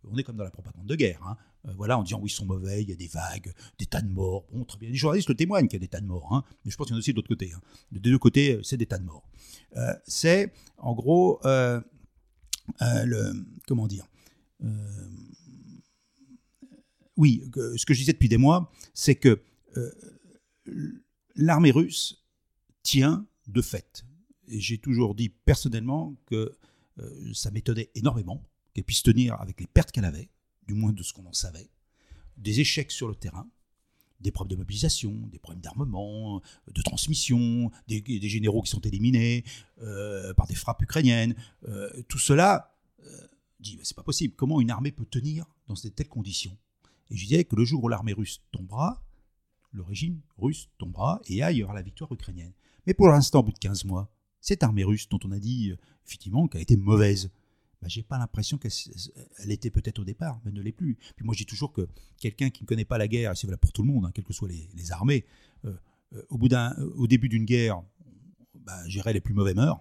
on est comme dans la propagande de guerre. Hein. Euh, voilà, en disant oui, ils sont mauvais, il y a des vagues, des tas de morts. Bon, très bien, les journalistes le témoignent qu'il y a des tas de morts, hein, mais je pense qu'il y en a aussi de l'autre côté. Hein. Des deux côtés, c'est des tas de morts. Euh, c'est, en gros, euh, euh, le, comment dire euh, oui, que, ce que je disais depuis des mois, c'est que euh, l'armée russe tient de fait. Et j'ai toujours dit personnellement que euh, ça m'étonnait énormément qu'elle puisse tenir avec les pertes qu'elle avait, du moins de ce qu'on en savait, des échecs sur le terrain, des problèmes de mobilisation, des problèmes d'armement, de transmission, des, des généraux qui sont éliminés euh, par des frappes ukrainiennes. Euh, tout cela euh, dit, bah, c'est pas possible. Comment une armée peut tenir dans de telles conditions ? Et je disais que le jour où l'armée russe tombera, le régime russe tombera et là, il y aura la victoire ukrainienne. Mais pour l'instant, au bout de quinze mois, cette armée russe dont on a dit euh, effectivement qu'elle était mauvaise, bah, j'ai pas l'impression qu'elle elle était peut-être au départ, mais ne l'est plus. Puis moi, je dis toujours que quelqu'un qui ne connaît pas la guerre, et c'est valable pour tout le monde, hein, quelles que soient les, les armées, euh, euh, au, bout d'un, au début d'une guerre, bah, je dirais les plus mauvais meurent,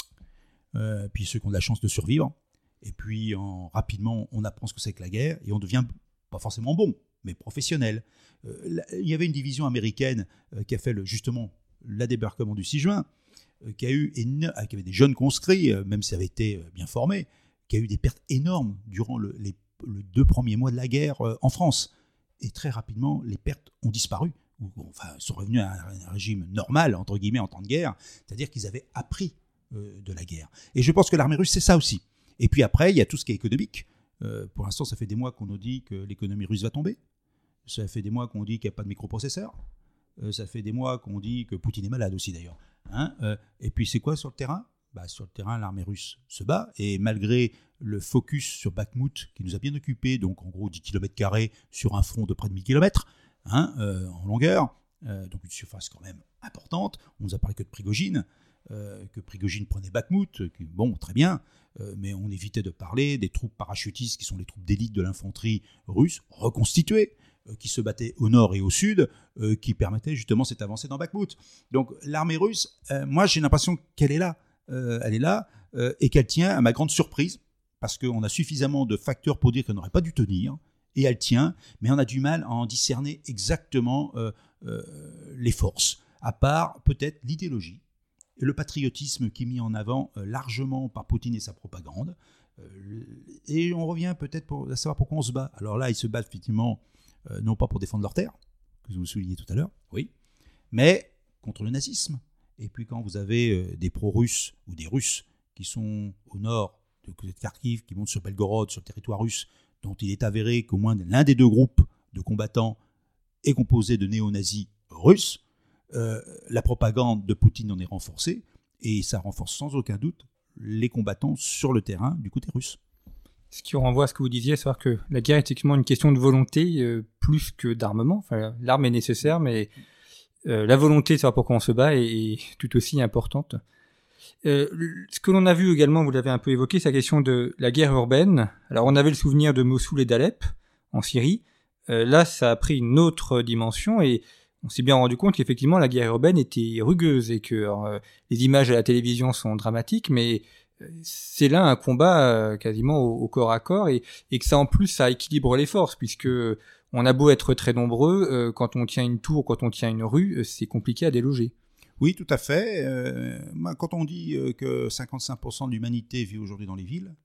euh, puis ceux qui ont de la chance de survivre, et puis en, rapidement, on apprend ce que c'est que la guerre, et on devient pas forcément bon, mais professionnel. Euh, il y avait une division américaine euh, qui a fait le, justement la débarquement du six juin, euh, qui a eu une, qui avait des jeunes conscrits, euh, même si ça avait été euh, bien formé, qui a eu des pertes énormes durant le, les, les deux premiers mois de la guerre euh, en France. Et très rapidement, les pertes ont disparu, ou enfin, sont revenus à un, un régime normal, entre guillemets, en temps de guerre, c'est-à-dire qu'ils avaient appris euh, de la guerre. Et je pense que l'armée russe, c'est ça aussi. Et puis après, il y a tout ce qui est économique. Euh, pour l'instant, ça fait des mois qu'on nous dit que l'économie russe va tomber. Ça fait des mois qu'on dit qu'il n'y a pas de microprocesseurs. Euh, ça fait des mois qu'on dit que Poutine est malade aussi, d'ailleurs. Hein euh, et puis, c'est quoi sur le terrain ? Bah, sur le terrain, l'armée russe se bat. Et malgré le focus sur Bakhmout, qui nous a bien occupés, donc en gros dix kilomètres carrés sur un front de près de mille kilomètres hein, euh, en longueur, euh, donc une surface quand même importante. On nous a parlé que de Prigojine, euh, que Prigojine prenait Bakhmout, que, bon, très bien, euh, mais on évitait de parler des troupes parachutistes, qui sont les troupes d'élite de l'infanterie russe, reconstituées, euh, qui se battaient au nord et au sud, euh, qui permettaient justement cette avancée dans Bakhmout. Donc l'armée russe, euh, moi j'ai l'impression qu'elle est là, euh, elle est là, euh, et qu'elle tient, à ma grande surprise, parce qu'on a suffisamment de facteurs pour dire qu'elle n'aurait pas dû tenir, et elle tient, mais on a du mal à en discerner exactement euh, euh, les forces, à part peut-être l'idéologie et le patriotisme qui est mis en avant euh, largement par Poutine et sa propagande. Euh, et on revient peut-être pour, à savoir pourquoi on se bat. Alors là, ils se battent effectivement, euh, non pas pour défendre leur terre, que vous soulignez tout à l'heure, oui, mais contre le nazisme. Et puis quand vous avez euh, des pro-russes ou des Russes qui sont au nord de Kharkiv, qui montent sur Belgorod, sur le territoire russe, dont il est avéré qu'au moins l'un des deux groupes de combattants est composé de néo-nazis russes, euh, la propagande de Poutine en est renforcée, et ça renforce sans aucun doute les combattants sur le terrain du côté russe. Ce qui renvoie à ce que vous disiez, à savoir que la guerre est effectivement une question de volonté euh, plus que d'armement. Enfin, l'arme est nécessaire, mais euh, la volonté de savoir pourquoi on se bat est, est tout aussi importante. Euh, ce que l'on a vu également, vous l'avez un peu évoqué, c'est la question de la guerre urbaine. Alors on avait le souvenir de Mossoul et d'Alep en Syrie. Euh, là, ça a pris une autre dimension et on s'est bien rendu compte qu'effectivement la guerre urbaine était rugueuse et que alors, euh, les images à la télévision sont dramatiques, mais euh, c'est là un combat euh, quasiment au, au corps à corps et, et que ça en plus ça équilibre les forces puisque on a beau être très nombreux, euh, quand on tient une tour, quand on tient une rue, euh, c'est compliqué à déloger. Oui, tout à fait. Euh, quand on dit que cinquante-cinq pour cent de l'humanité vit aujourd'hui dans les villes,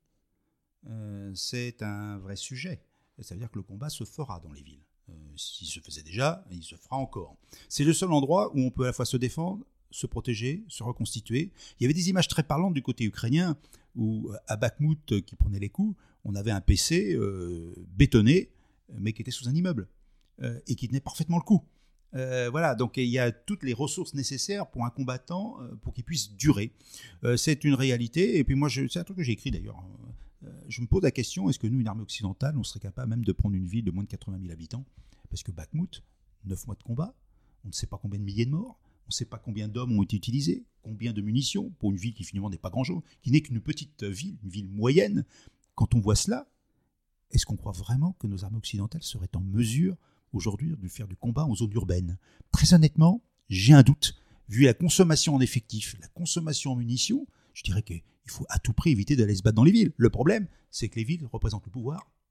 euh, c'est un vrai sujet. Ça veut dire que le combat se fera dans les villes. Euh, s'il se faisait déjà, il se fera encore. C'est le seul endroit où on peut à la fois se défendre, se protéger, se reconstituer. Il y avait des images très parlantes du côté ukrainien, où à Bakhmout, qui prenait les coups, on avait un P C euh, bétonné, mais qui était sous un immeuble, euh, et qui tenait parfaitement le coup. Euh, voilà, donc il y a toutes les ressources nécessaires pour un combattant euh, pour qu'il puisse durer. Euh, c'est une réalité, et puis moi, je, c'est un truc que j'ai écrit d'ailleurs. Euh, je me pose la question, est-ce que nous, une armée occidentale, on serait capable même de prendre une ville de moins de quatre-vingt mille habitants ? Parce que Bakhmout, neuf mois de combat, on ne sait pas combien de milliers de morts, on ne sait pas combien d'hommes ont été utilisés, combien de munitions pour une ville qui finalement n'est pas grand-chose, qui n'est qu'une petite ville, une ville moyenne. Quand on voit cela, est-ce qu'on croit vraiment que nos armées occidentales seraient en mesure aujourd'hui de faire du combat en zone urbaine ? Très honnêtement, j'ai un doute. Vu la consommation en effectifs, la consommation en munitions, je dirais qu'il faut à tout prix éviter d'aller se battre dans les villes. Le problème, c'est que les villes représentent le pouvoir,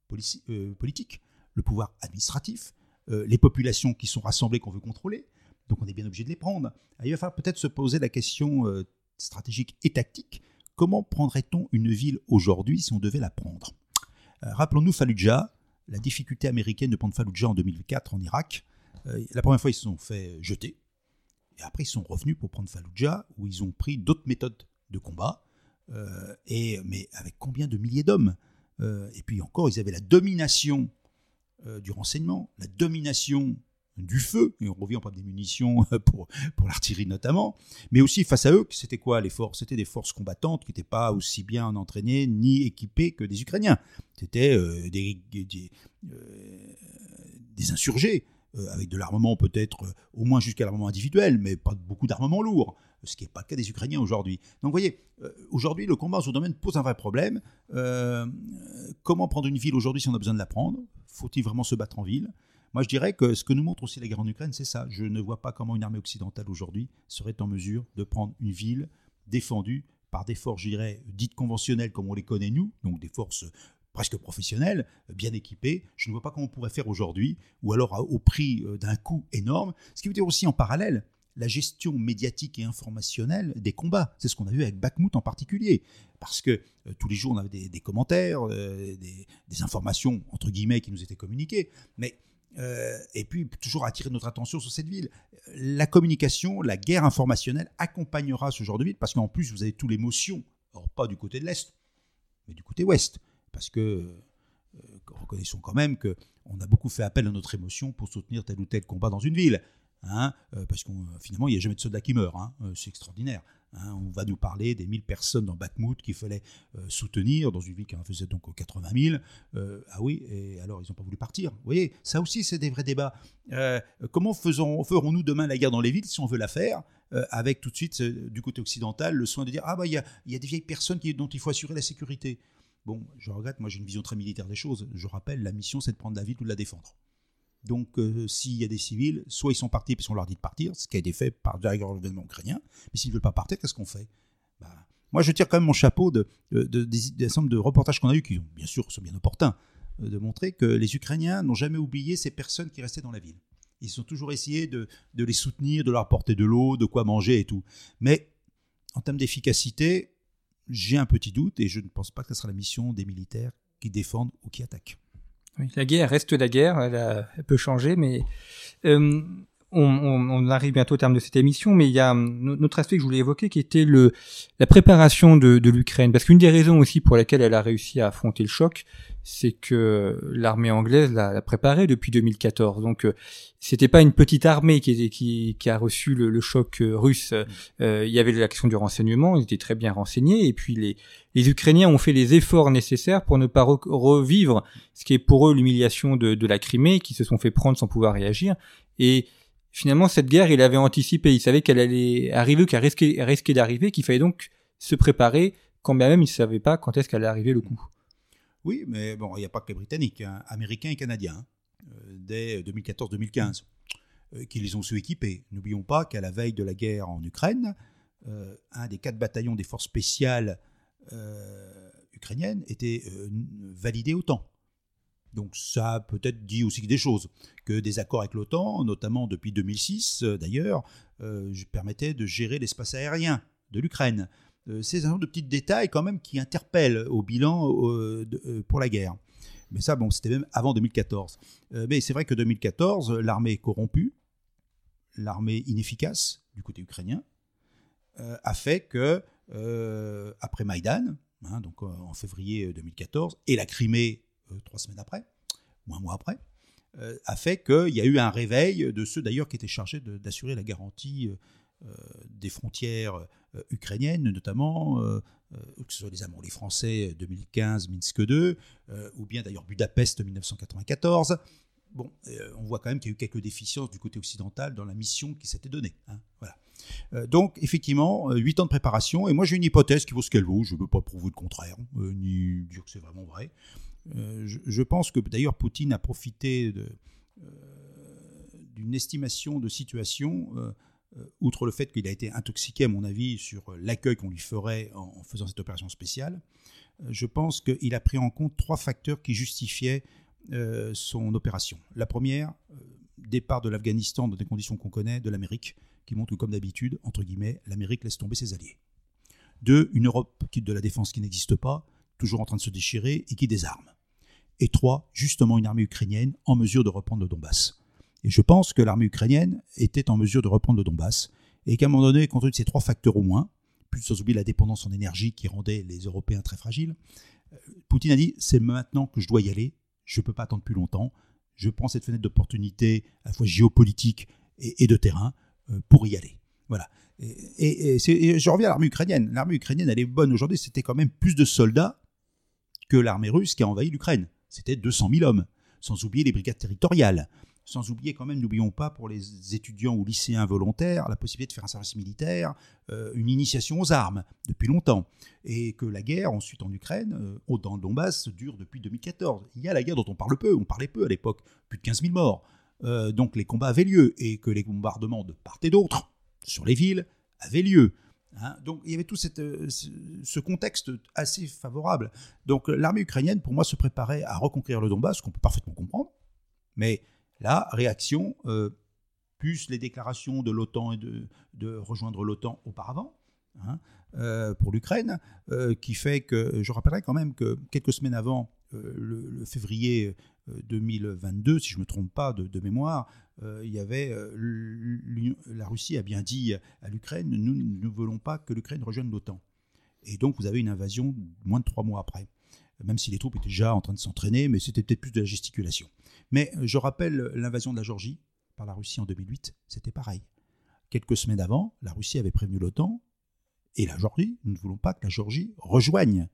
polici- euh, politique, le pouvoir administratif, euh, les populations qui sont rassemblées qu'on veut contrôler. Donc on est bien obligé de les prendre. Alors, il va falloir peut-être se poser la question euh, stratégique et tactique. Comment prendrait-on une ville aujourd'hui si on devait la prendre ? euh, Rappelons-nous Falloujah, la difficulté américaine de prendre Falloujah en deux mille quatre en Irak. Euh, la première fois, ils se sont fait jeter. Et après, ils sont revenus pour prendre Falloujah, où ils ont pris d'autres méthodes de combat. Euh, et, mais avec combien de milliers d'hommes ? euh, Et puis encore, ils avaient la domination euh, du renseignement, la domination du feu, et on revient par des munitions pour, pour l'artillerie notamment, mais aussi face à eux, c'était quoi les forces ? C'était des forces combattantes qui n'étaient pas aussi bien entraînées ni équipées que des Ukrainiens. C'était euh, des, des, euh, des insurgés, euh, avec de l'armement peut-être euh, au moins jusqu'à l'armement individuel, mais pas beaucoup d'armement lourd, ce qui n'est pas le cas des Ukrainiens aujourd'hui. Donc vous voyez, euh, aujourd'hui le combat dans ce domaine pose un vrai problème. Euh, comment prendre une ville aujourd'hui si on a besoin de la prendre ? Faut-il vraiment se battre en ville ? Moi, je dirais que ce que nous montre aussi la guerre en Ukraine, c'est ça. Je ne vois pas comment une armée occidentale aujourd'hui serait en mesure de prendre une ville défendue par des forces, je dirais, dites conventionnelles comme on les connaît nous, donc des forces presque professionnelles, bien équipées. Je ne vois pas comment on pourrait faire aujourd'hui, ou alors au prix d'un coût énorme. Ce qui veut dire aussi en parallèle la gestion médiatique et informationnelle des combats. C'est ce qu'on a vu avec Bakhmout en particulier. Parce que euh, tous les jours, on avait des, des commentaires, euh, des, des informations, entre guillemets, qui nous étaient communiquées. Mais Euh, et puis toujours attirer notre attention sur cette ville. La communication, la guerre informationnelle accompagnera ce genre de ville, parce qu'en plus vous avez toute l'émotion, alors pas du côté de l'Est, mais du côté Ouest, parce que euh, reconnaissons quand même qu'on a beaucoup fait appel à notre émotion pour soutenir tel ou tel combat dans une ville, hein, euh, parce que finalement il n'y a jamais de soldats qui meurent, hein, euh, c'est extraordinaire. Hein, on va nous parler des mille personnes dans Bakhmout qu'il fallait euh, soutenir dans une ville qui en faisait donc quatre-vingt mille. Euh, ah oui, et alors ils n'ont pas voulu partir. Vous voyez, ça aussi c'est des vrais débats. Euh, comment faisons, ferons-nous demain la guerre dans les villes si on veut la faire euh, avec tout de suite euh, du côté occidental le soin de dire ah bah il y a, y a des vieilles personnes qui, dont il faut assurer la sécurité. Bon, je regrette, moi j'ai une vision très militaire des choses. Je rappelle, la mission c'est de prendre la ville ou de la défendre. Donc, euh, s'il y a des civils, soit ils sont partis parce qu'on leur dit de partir, ce qui a été fait par le gouvernement ukrainien, mais s'ils ne veulent pas partir, qu'est-ce qu'on fait ? Bah, moi, je tire quand même mon chapeau de, de, de, des, des ensembles de reportages qu'on a eus, qui, bien sûr, sont bien opportuns, euh, de montrer que les Ukrainiens n'ont jamais oublié ces personnes qui restaient dans la ville. Ils ont toujours essayé de, de les soutenir, de leur apporter de l'eau, de quoi manger et tout. Mais, en termes d'efficacité, j'ai un petit doute, et je ne pense pas que ce sera la mission des militaires qui défendent ou qui attaquent. Oui, la guerre reste la guerre, elle, a, elle peut changer, mais euh, on, on, on arrive bientôt au terme de cette émission, mais il y a un autre aspect que je voulais évoquer qui était le, la préparation de, de l'Ukraine. Parce qu'une des raisons aussi pour laquelle elle a réussi à affronter le choc, c'est que l'armée anglaise l'a, l'a préparée depuis deux mille quatorze. Donc, euh, c'était pas une petite armée qui, qui, qui a reçu le, le choc russe. Euh, il y avait la question du renseignement, ils étaient très bien renseignés, et puis les, les Ukrainiens ont fait les efforts nécessaires pour ne pas re- revivre ce qui est pour eux l'humiliation de, de la Crimée, qui se sont fait prendre sans pouvoir réagir. Et finalement, cette guerre, il avait anticipé, il savait qu'elle allait arriver, qu'elle risquait, risquait d'arriver, qu'il fallait donc se préparer, quand bien même il ne savait pas quand est-ce qu'elle allait arriver le coup. Oui, mais bon, il n'y a pas que les Britanniques, hein, Américains et Canadiens, hein, dès deux mille quatorze deux mille quinze, euh, qui les ont sous-équipés. N'oublions pas qu'à la veille de la guerre en Ukraine, euh, un des quatre bataillons des forces spéciales euh, ukrainiennes était euh, validé OTAN. Donc ça a peut-être dit aussi des choses, que des accords avec l'OTAN, notamment depuis deux mille six euh, d'ailleurs, euh, permettaient de gérer l'espace aérien de l'Ukraine. Euh, c'est un nombre de petits détails quand même qui interpellent au bilan euh, de, euh, pour la guerre. Mais ça, bon, c'était même avant deux mille quatorze. Euh, mais c'est vrai que deux mille quatorze, l'armée corrompue, l'armée inefficace du côté ukrainien, euh, a fait que, euh, après Maïdan, hein, donc euh, en février deux mille quatorze, et la Crimée euh, trois semaines après, ou un mois après, euh, a fait qu'il y a eu un réveil de ceux d'ailleurs qui étaient chargés de, d'assurer la garantie euh, des frontières euh, ukrainiennes, notamment, euh, euh, que ce soit les Allemands, les Français deux mille quinze, Minsk deux, euh, ou bien d'ailleurs Budapest dix-neuf cent quatre-vingt-quatorze. Bon, euh, on voit quand même qu'il y a eu quelques déficiences du côté occidental dans la mission qui s'était donnée. Hein, voilà. Euh, donc, effectivement, huit ans de préparation. Et moi, j'ai une hypothèse qui vaut ce qu'elle vaut. Je ne veux pas prouver le contraire, euh, ni dire que c'est vraiment vrai. Euh, je, je pense que, d'ailleurs, Poutine a profité de, euh, d'une estimation de situation euh, euh, outre le fait qu'il a été intoxiqué, à mon avis, sur l'accueil qu'on lui ferait en, en faisant cette opération spéciale, euh, je pense qu'il a pris en compte trois facteurs qui justifiaient euh, son opération. La première, euh, départ de l'Afghanistan dans des conditions qu'on connaît, de l'Amérique, qui montre que, comme d'habitude, entre guillemets, l'Amérique laisse tomber ses alliés. Deux, une Europe qui, de la défense qui n'existe pas, toujours en train de se déchirer et qui désarme. Et trois, justement une armée ukrainienne en mesure de reprendre le Donbass. Et je pense que l'armée ukrainienne était en mesure de reprendre le Donbass et qu'à un moment donné, compte tenu de ces trois facteurs au moins, plus sans oublier la dépendance en énergie qui rendait les Européens très fragiles, Poutine a dit « c'est maintenant que je dois y aller, je ne peux pas attendre plus longtemps, je prends cette fenêtre d'opportunité à la fois géopolitique et, et de terrain euh, pour y aller ». Voilà. Et, et, et, c'est, et je reviens à l'armée ukrainienne. L'armée ukrainienne, elle est bonne aujourd'hui. C'était quand même plus de soldats que l'armée russe qui a envahi l'Ukraine. C'était deux cent mille hommes, sans oublier les brigades territoriales. Sans oublier quand même, n'oublions pas, pour les étudiants ou lycéens volontaires, la possibilité de faire un service militaire, euh, une initiation aux armes, depuis longtemps. Et que la guerre, ensuite en Ukraine, euh, dans le Donbass, dure depuis deux mille quatorze. Il y a la guerre dont on parle peu, on parlait peu à l'époque, plus de quinze mille morts. Euh, donc les combats avaient lieu, et que les bombardements de part et d'autre, sur les villes, avaient lieu. Hein, donc il y avait tout cette, ce contexte assez favorable. Donc l'armée ukrainienne, pour moi, se préparait à reconquérir le Donbass, ce qu'on peut parfaitement comprendre, mais la réaction, euh, plus les déclarations de l'OTAN et de, de rejoindre l'OTAN auparavant, hein, euh, pour l'Ukraine, euh, qui fait que, je rappellerai quand même que quelques semaines avant, euh, le, le février deux mille vingt-deux, si je ne me trompe pas de, de mémoire, euh, il y avait, euh, la Russie a bien dit à l'Ukraine, nous ne voulons pas que l'Ukraine rejoigne l'OTAN. Et donc vous avez une invasion moins de trois mois après. Même si les troupes étaient déjà en train de s'entraîner, mais c'était peut-être plus de la gesticulation. Mais je rappelle l'invasion de la Géorgie par la Russie en deux mille huit, c'était pareil. Quelques semaines avant, la Russie avait prévenu l'OTAN, et la Géorgie, nous ne voulons pas que la Géorgie rejoigne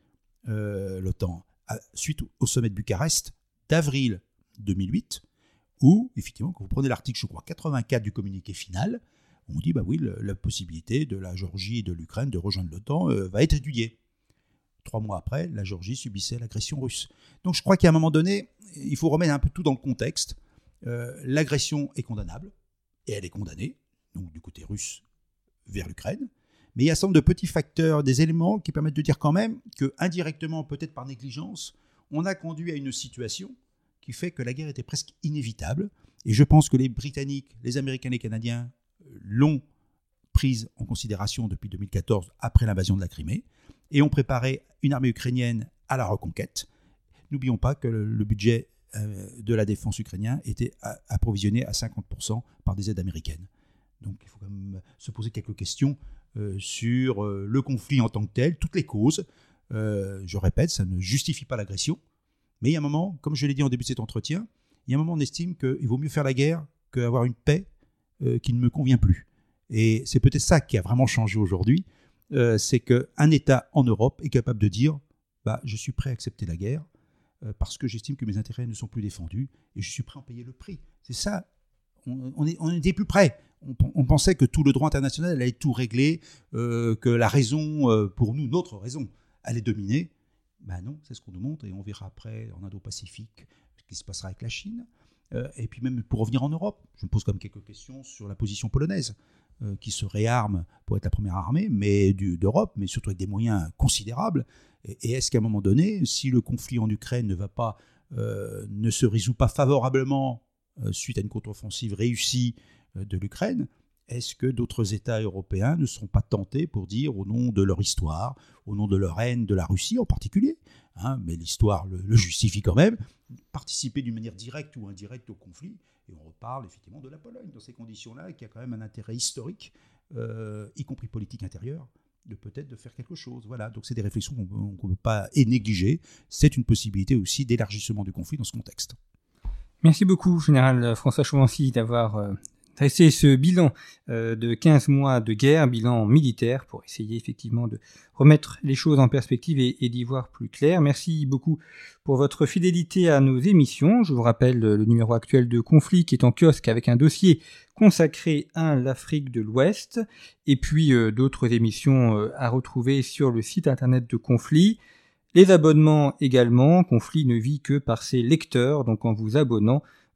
euh, l'OTAN. Suite au sommet de Bucarest d'avril deux mille huit, où, effectivement, quand vous prenez l'article, je crois, quatre-vingt-quatre du communiqué final, on dit, bah oui, le, la possibilité de la Géorgie et de l'Ukraine de rejoindre l'OTAN euh, va être étudiée. Trois mois après, la Géorgie subissait l'agression russe. Donc je crois qu'à un moment donné, il faut remettre un peu tout dans le contexte. Euh, l'agression est condamnable, et elle est condamnée, donc du côté russe vers l'Ukraine. Mais il y a un certain nombre de petits facteurs, des éléments qui permettent de dire quand même que, indirectement, peut-être par négligence, on a conduit à une situation qui fait que la guerre était presque inévitable. Et je pense que les Britanniques, les Américains et les Canadiens l'ont prise en considération depuis deux mille quatorze, après l'invasion de la Crimée, et ont préparé une armée ukrainienne à la reconquête. N'oublions pas que le budget de la défense ukrainien était approvisionné à cinquante pour cent par des aides américaines. Donc il faut quand même se poser quelques questions euh, sur euh, le conflit en tant que tel, toutes les causes. Euh, je répète, ça ne justifie pas l'agression, mais il y a un moment, comme je l'ai dit en début de cet entretien, il y a un moment on estime qu'il vaut mieux faire la guerre qu'avoir une paix euh, qui ne me convient plus. Et c'est peut-être ça qui a vraiment changé aujourd'hui, euh, c'est qu'un État en Europe est capable de dire bah, « je suis prêt à accepter la guerre euh, parce que j'estime que mes intérêts ne sont plus défendus et je suis prêt à en payer le prix ». C'est ça, on, on, est, on était plus près. On, on pensait que tout le droit international allait tout régler, euh, que la raison, euh, pour nous, notre raison, allait dominer. Ben non, c'est ce qu'on nous montre et on verra après en Indo-Pacifique ce qui se passera avec la Chine. Euh, et puis même pour revenir en Europe, je me pose quand même quelques questions sur la position polonaise, euh, qui se réarme pour être la première armée mais du, d'Europe, mais surtout avec des moyens considérables. Et, et est-ce qu'à un moment donné, si le conflit en Ukraine ne va pas, euh, ne se résout pas favorablement euh, suite à une contre-offensive réussie euh, de l'Ukraine, est-ce que d'autres États européens ne seront pas tentés pour dire, au nom de leur histoire, au nom de leur haine de la Russie en particulier, hein, mais l'histoire le, le justifie quand même, participer d'une manière directe ou indirecte au conflit? Et on reparle effectivement de la Pologne dans ces conditions-là, qui a quand même un intérêt historique, euh, y compris politique intérieur, de peut-être de faire quelque chose. Voilà, donc c'est des réflexions qu'on ne peut pas négliger. C'est une possibilité aussi d'élargissement du conflit dans ce contexte. Merci beaucoup, Général François Chauvency, d'avoir euh, dressé ce bilan euh, de quinze mois de guerre, bilan militaire, pour essayer effectivement de remettre les choses en perspective et, et d'y voir plus clair. Merci beaucoup pour votre fidélité à nos émissions. Je vous rappelle le numéro actuel de Conflit qui est en kiosque avec un dossier consacré à l'Afrique de l'Ouest et puis euh, d'autres émissions euh, à retrouver sur le site internet de Conflit. Les abonnements également, Conflit ne vit que par ses lecteurs, donc en vous abonnant,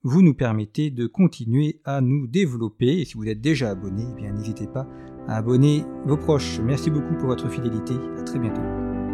vous nous permettez de continuer à nous développer. Et si vous êtes déjà abonné, eh bien n'hésitez pas à abonner vos proches. Merci beaucoup pour votre fidélité. À très bientôt.